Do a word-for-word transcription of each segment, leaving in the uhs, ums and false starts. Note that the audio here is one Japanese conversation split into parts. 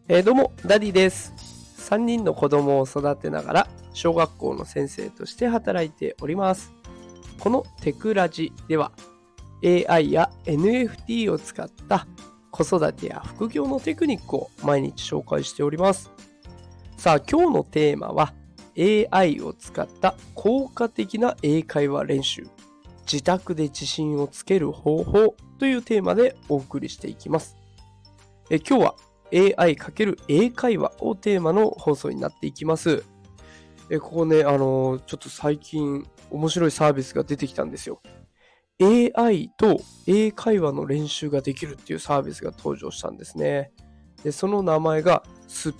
えー、どうもダディです。さんにんの子供を育てながら小学校の先生として働いております。このテクラジでは エーアイ や エヌエフティー を使った子育てや副業のテクニックを毎日紹介しております。さあ、今日のテーマは エーアイ を使った効果的な英会話練習、自宅で自信をつける方法というテーマでお送りしていきます。え今日はエーアイ× 英会話をテーマの放送になっていきます。えここね、あのー、ちょっと最近面白いサービスが出てきたんですよ。エーアイ と英会話の練習ができるっていうサービスが登場したんですね。で、その名前が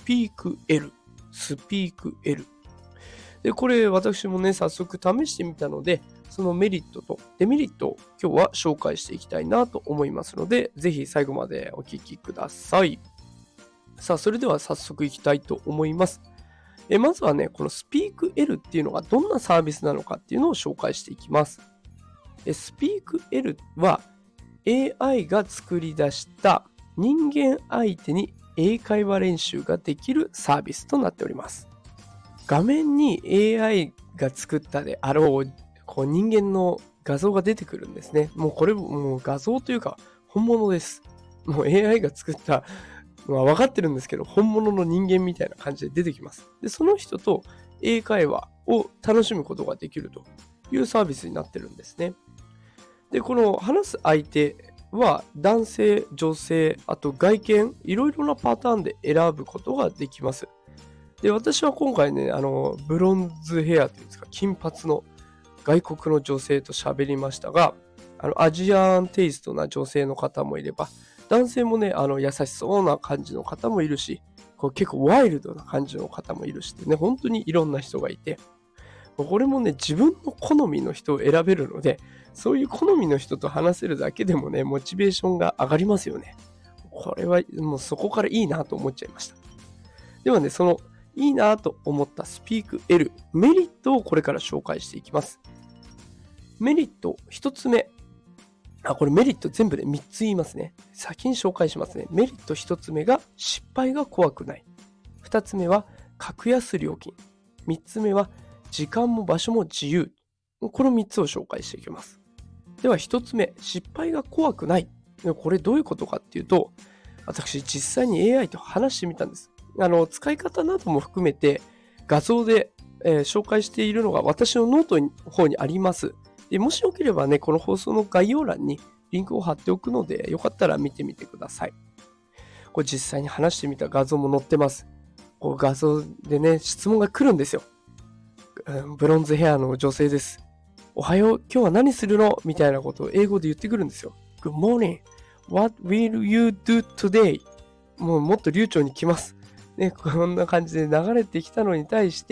SpeakL。SpeakL。で、これ私もね、早速試してみたので、そのメリットとデメリットを今日は紹介していきたいなと思いますので、ぜひ最後までお聞きください。さあ、それでは早速いきたいと思います。えまずはね、この SpeakL っていうのがどんなサービスなのかっていうのを紹介していきます。え SpeakL は エーアイ が作り出した人間相手に英会話練習ができるサービスとなっております。画面に エーアイ が作ったであろう、こう人間の画像が出てくるんですね。もうこれもう画像というか本物です。もう エーアイ が作ったまあ、分かってるんですけど、本物の人間みたいな感じで出てきます。で、その人と英会話を楽しむことができるというサービスになってるんですね。で、この話す相手は男性、女性、あと外見、いろいろなパターンで選ぶことができます。で、私は今回ね、あの、ブロンズヘアというんですか、金髪の外国の女性と喋りましたが、あの、アジアンテイストな女性の方もいれば、男性もね、あの優しそうな感じの方もいるし、こう結構ワイルドな感じの方もいるしね、本当にいろんな人がいて、これもね、自分の好みの人を選べるので、そういう好みの人と話せるだけでもね、モチベーションが上がりますよね。これはもうそこからいいなと思っちゃいました。ではね、そのいいなと思った SpeakL、メリットをこれから紹介していきます。メリットひとつめ。あ、これメリット全部でみっつ言いますね。先に紹介しますね。メリットひとつめが失敗が怖くない。ふたつめは格安料金。みっつめは時間も場所も自由。このみっつを紹介していきます。ではひとつめ、失敗が怖くない。これどういうことかっていうと、私実際に エーアイ と話してみたんです。あの、使い方なども含めて画像で、えー、紹介しているのが私のノートの方にあります。でもしよければね、この放送の概要欄にリンクを貼っておくので、よかったら見てみてください。これ実際に話してみた画像も載ってます。こう画像でね、質問が来るんですよ。ブロンズヘアの女性です。おはよう、今日は何するのみたいなことを英語で言ってくるんですよ。Good morning. What will you do today? もうもっと流暢に来ます。ね、こんな感じで流れてきたのに対して、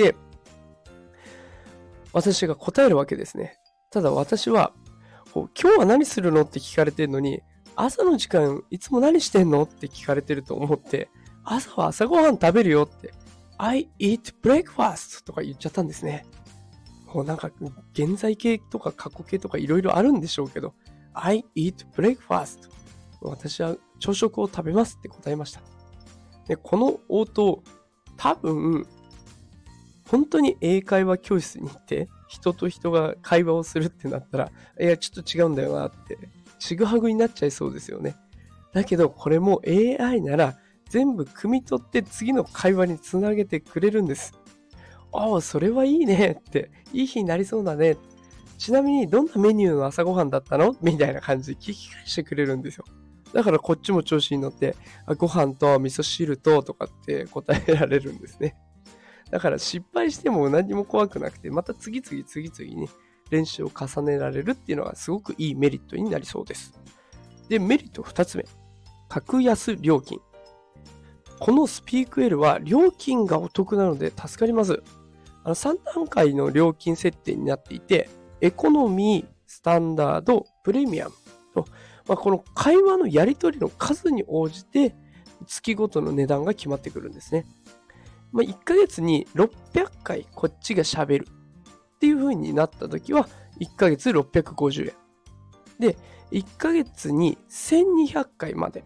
私が答えるわけですね。ただ私はこう今日は何するのって聞かれてるのに、朝の時間いつも何してんのって聞かれてると思って、朝は朝ごはん食べるよって I eat breakfast とか言っちゃったんですね。もうなんか現在形とか過去形とかいろいろあるんでしょうけど、 I eat breakfast、 私は朝食を食べますって答えました。でこの応答、多分本当に英会話教室に行って人と人が会話をするってなったら、いやちょっと違うんだよなってちぐはぐになっちゃいそうですよね。だけどこれも エーアイ なら全部汲み取って次の会話につなげてくれるんです。ああ、それはいいねって、いい日になりそうだね。ちなみにどんなメニューの朝ごはんだったのみたいな感じで聞き返してくれるんですよ。だからこっちも調子に乗って、あご飯と味噌汁ととかって答えられるんですね。だから失敗しても何も怖くなくて、また次々次々に練習を重ねられるっていうのがすごくいいメリットになりそうです。で、メリットふたつめ。格安料金。この SpeakL は料金がお得なので助かります。あのさん段階の料金設定になっていて、エコノミー、スタンダード、プレミアムと、まあ、この会話のやり取りの数に応じて月ごとの値段が決まってくるんですね。まあ、いっかげつにろっぴゃっかいこっちが喋るっていう風になった時はいっかげつろっぴゃくごじゅうえんで、いっかげつにせんにひゃっかいまで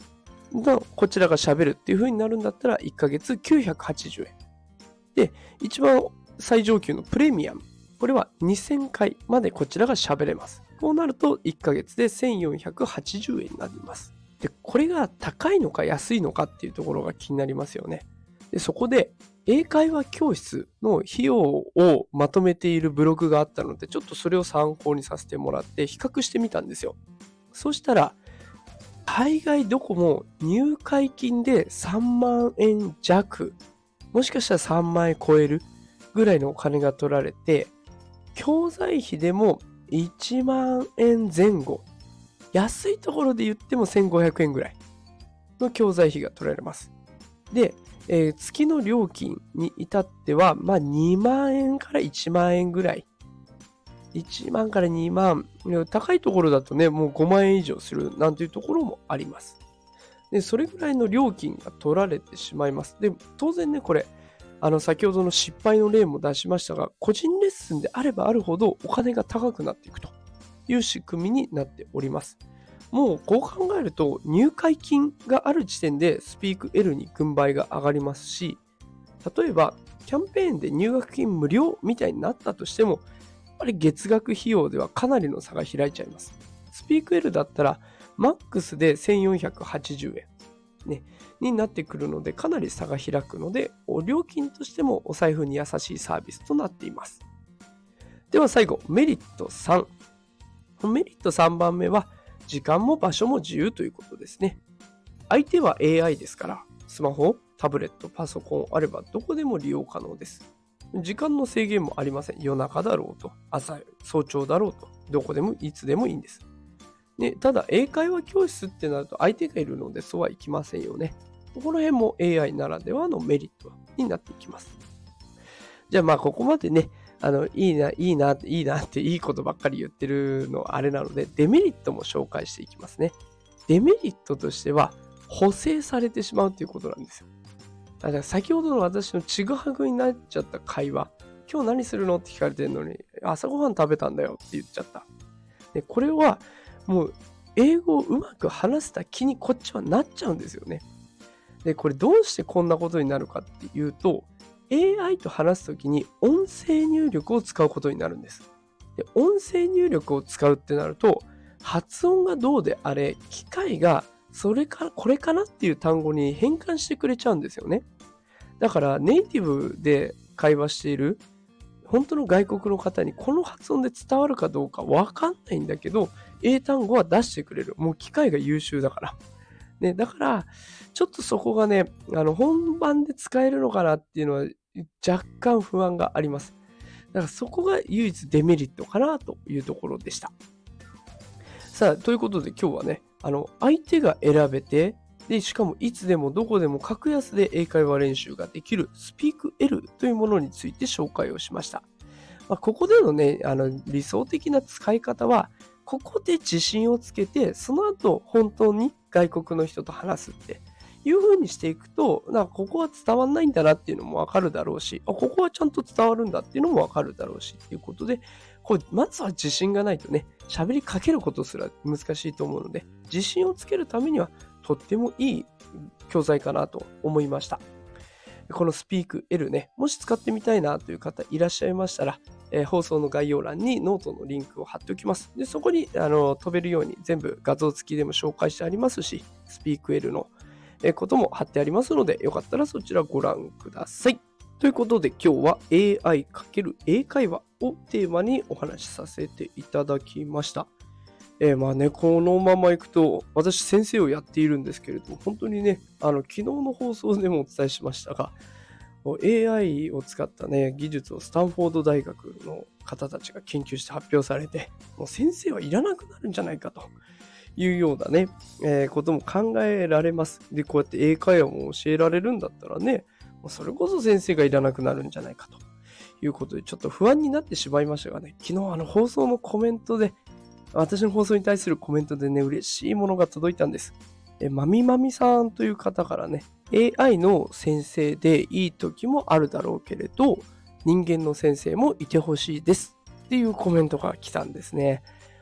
のこちらが喋るっていう風になるんだったらいっかげつきゅうひゃくはちじゅうえん。で、一番最上級のプレミアム。これはにせんかいまでこちらが喋れます。こうなるといっかげつでせんよんひゃくはちじゅうえんになります。で、これが高いのか安いのかっていうところが気になりますよね。で、そこで英会話教室の費用をまとめているブログがあったので、ちょっとそれを参考にさせてもらって比較してみたんですよ。そしたら、海外どこも入会金でさんまんえん弱、もしかしたらさんまんえん超えるぐらいのお金が取られて、教材費でもいちまんえんぜん後、安いところで言ってもせんごひゃくえんぐらいの教材費が取られます。で、えー、月の料金に至っては、まあにまんえんからいちまんえんぐらい。いちまんからにまん。高いところだとね、もうごまんえん以上するなんていうところもあります。で、それぐらいの料金が取られてしまいます。で、当然ね、これ、あの、先ほどの失敗の例も出しましたが、個人レッスンであればあるほどお金が高くなっていくという仕組みになっております。もうこう考えると入会金がある時点でスピーク L に軍配が上がりますし、例えばキャンペーンで入学金無料みたいになったとしても、やっぱり月額費用ではかなりの差が開いちゃいます。スピーク L だったらマックスでせんよんひゃくはちじゅうえん、ね、になってくるので、かなり差が開くので、料金としてもお財布に優しいサービスとなっています。では最後、メリットさん。メリットさんばんめは、時間も場所も自由ということですね。相手は エーアイ ですから、スマホ、タブレット、パソコンあればどこでも利用可能です。時間の制限もありません。夜中だろうと、朝、早朝だろうと、どこでもいつでもいいんです。ね、ただ、英会話教室ってなると相手がいるのでそうはいきませんよね。この辺も エーアイ ならではのメリットになっていきます。じゃあまあここまでね、あのいいな、いいな、いいなっていいことばっかり言ってるのあれなので、デメリットも紹介していきますね。デメリットとしては、補正されてしまうということなんですよ。だから先ほどの私のちぐはぐになっちゃった会話、今日何するのって聞かれてるのに、朝ごはん食べたんだよって言っちゃった。で、これはもう英語をうまく話せた気にこっちはなっちゃうんですよね。で、これどうしてこんなことになるかっていうと、エーアイ と話すときに音声入力を使うことになるんです。で、音声入力を使うってなると、発音がどうであれ、機械がそれからこれかなっていう単語に変換してくれちゃうんですよね。だからネイティブで会話している本当の外国の方にこの発音で伝わるかどうかわかんないんだけど、英単語は出してくれる。もう機械が優秀だから。ね、だから、ちょっとそこがね、あの、本番で使えるのかなっていうのは若干不安があります。だからそこが唯一デメリットかなというところでした。さあ、ということで今日はね、あの、相手が選べて、で、しかもいつでもどこでも格安で英会話練習ができるスピーク L というものについて紹介をしました。まあ、ここでのね、あの理想的な使い方は、ここで自信をつけて、その後本当に外国の人と話すっていう風にしていくと、なんかここは伝わんないんだなっていうのもわかるだろうし、あ、ここはちゃんと伝わるんだっていうのもわかるだろうしっていうことで、こうまずは自信がないとね、喋りかけることすら難しいと思うので、自信をつけるためにはとってもいい教材かなと思いました。このスピーク L ね、もし使ってみたいなという方いらっしゃいましたら、えー、放送の概要欄にノートのリンクを貼っておきます。で、そこにあの飛べるように全部画像付きでも紹介してありますし、スピーク L のことも貼ってありますので、よかったらそちらご覧ください。ということで今日は エーアイ× 英会話をテーマにお話しさせていただきました。えー、まあね、このままいくと、私先生をやっているんですけれども、本当にね、あの昨日の放送でもお伝えしましたが、エーアイ を使ったね、技術をスタンフォード大学の方たちが研究して発表されて、もう先生はいらなくなるんじゃないかというようなね、えー、ことも考えられます。で、こうやって英会話も教えられるんだったらね、それこそ先生がいらなくなるんじゃないかということで、ちょっと不安になってしまいましたがね、昨日あの放送のコメントで、私の放送に対するコメントでね、嬉しいものが届いたんです。え、まみまみさんという方からね、エーアイ の先生でいい時もあるだろうけれど、人間の先生もいてほしいですっていうコメントが来たんですね。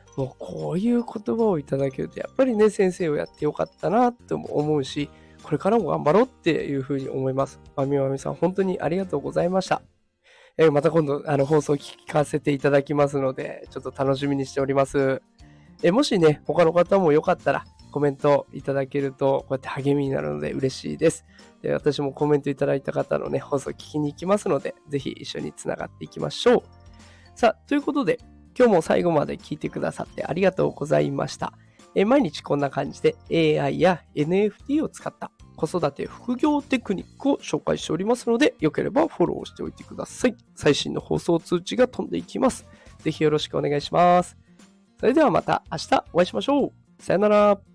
もうこういう言葉をいただけると、やっぱりね、先生をやってよかったなって思うし、これからも頑張ろうっていうふうに思います。まみまみさん、本当にありがとうございました。えーまた今度、あの、放送聞かせていただきますので、ちょっと楽しみにしております。えーもしね、他の方もよかったら、コメントいただけると、こうやって励みになるので嬉しいです。で、私もコメントいただいた方のね、放送聞きに行きますので、ぜひ一緒につながっていきましょう。さあ、ということで、今日も最後まで聞いてくださってありがとうございました。え毎日こんな感じで エーアイ や エヌエフティー を使った子育て副業テクニックを紹介しておりますので、よければフォローしておいてください。最新の放送通知が飛んでいきます。ぜひよろしくお願いします。それではまた明日お会いしましょう。さよなら。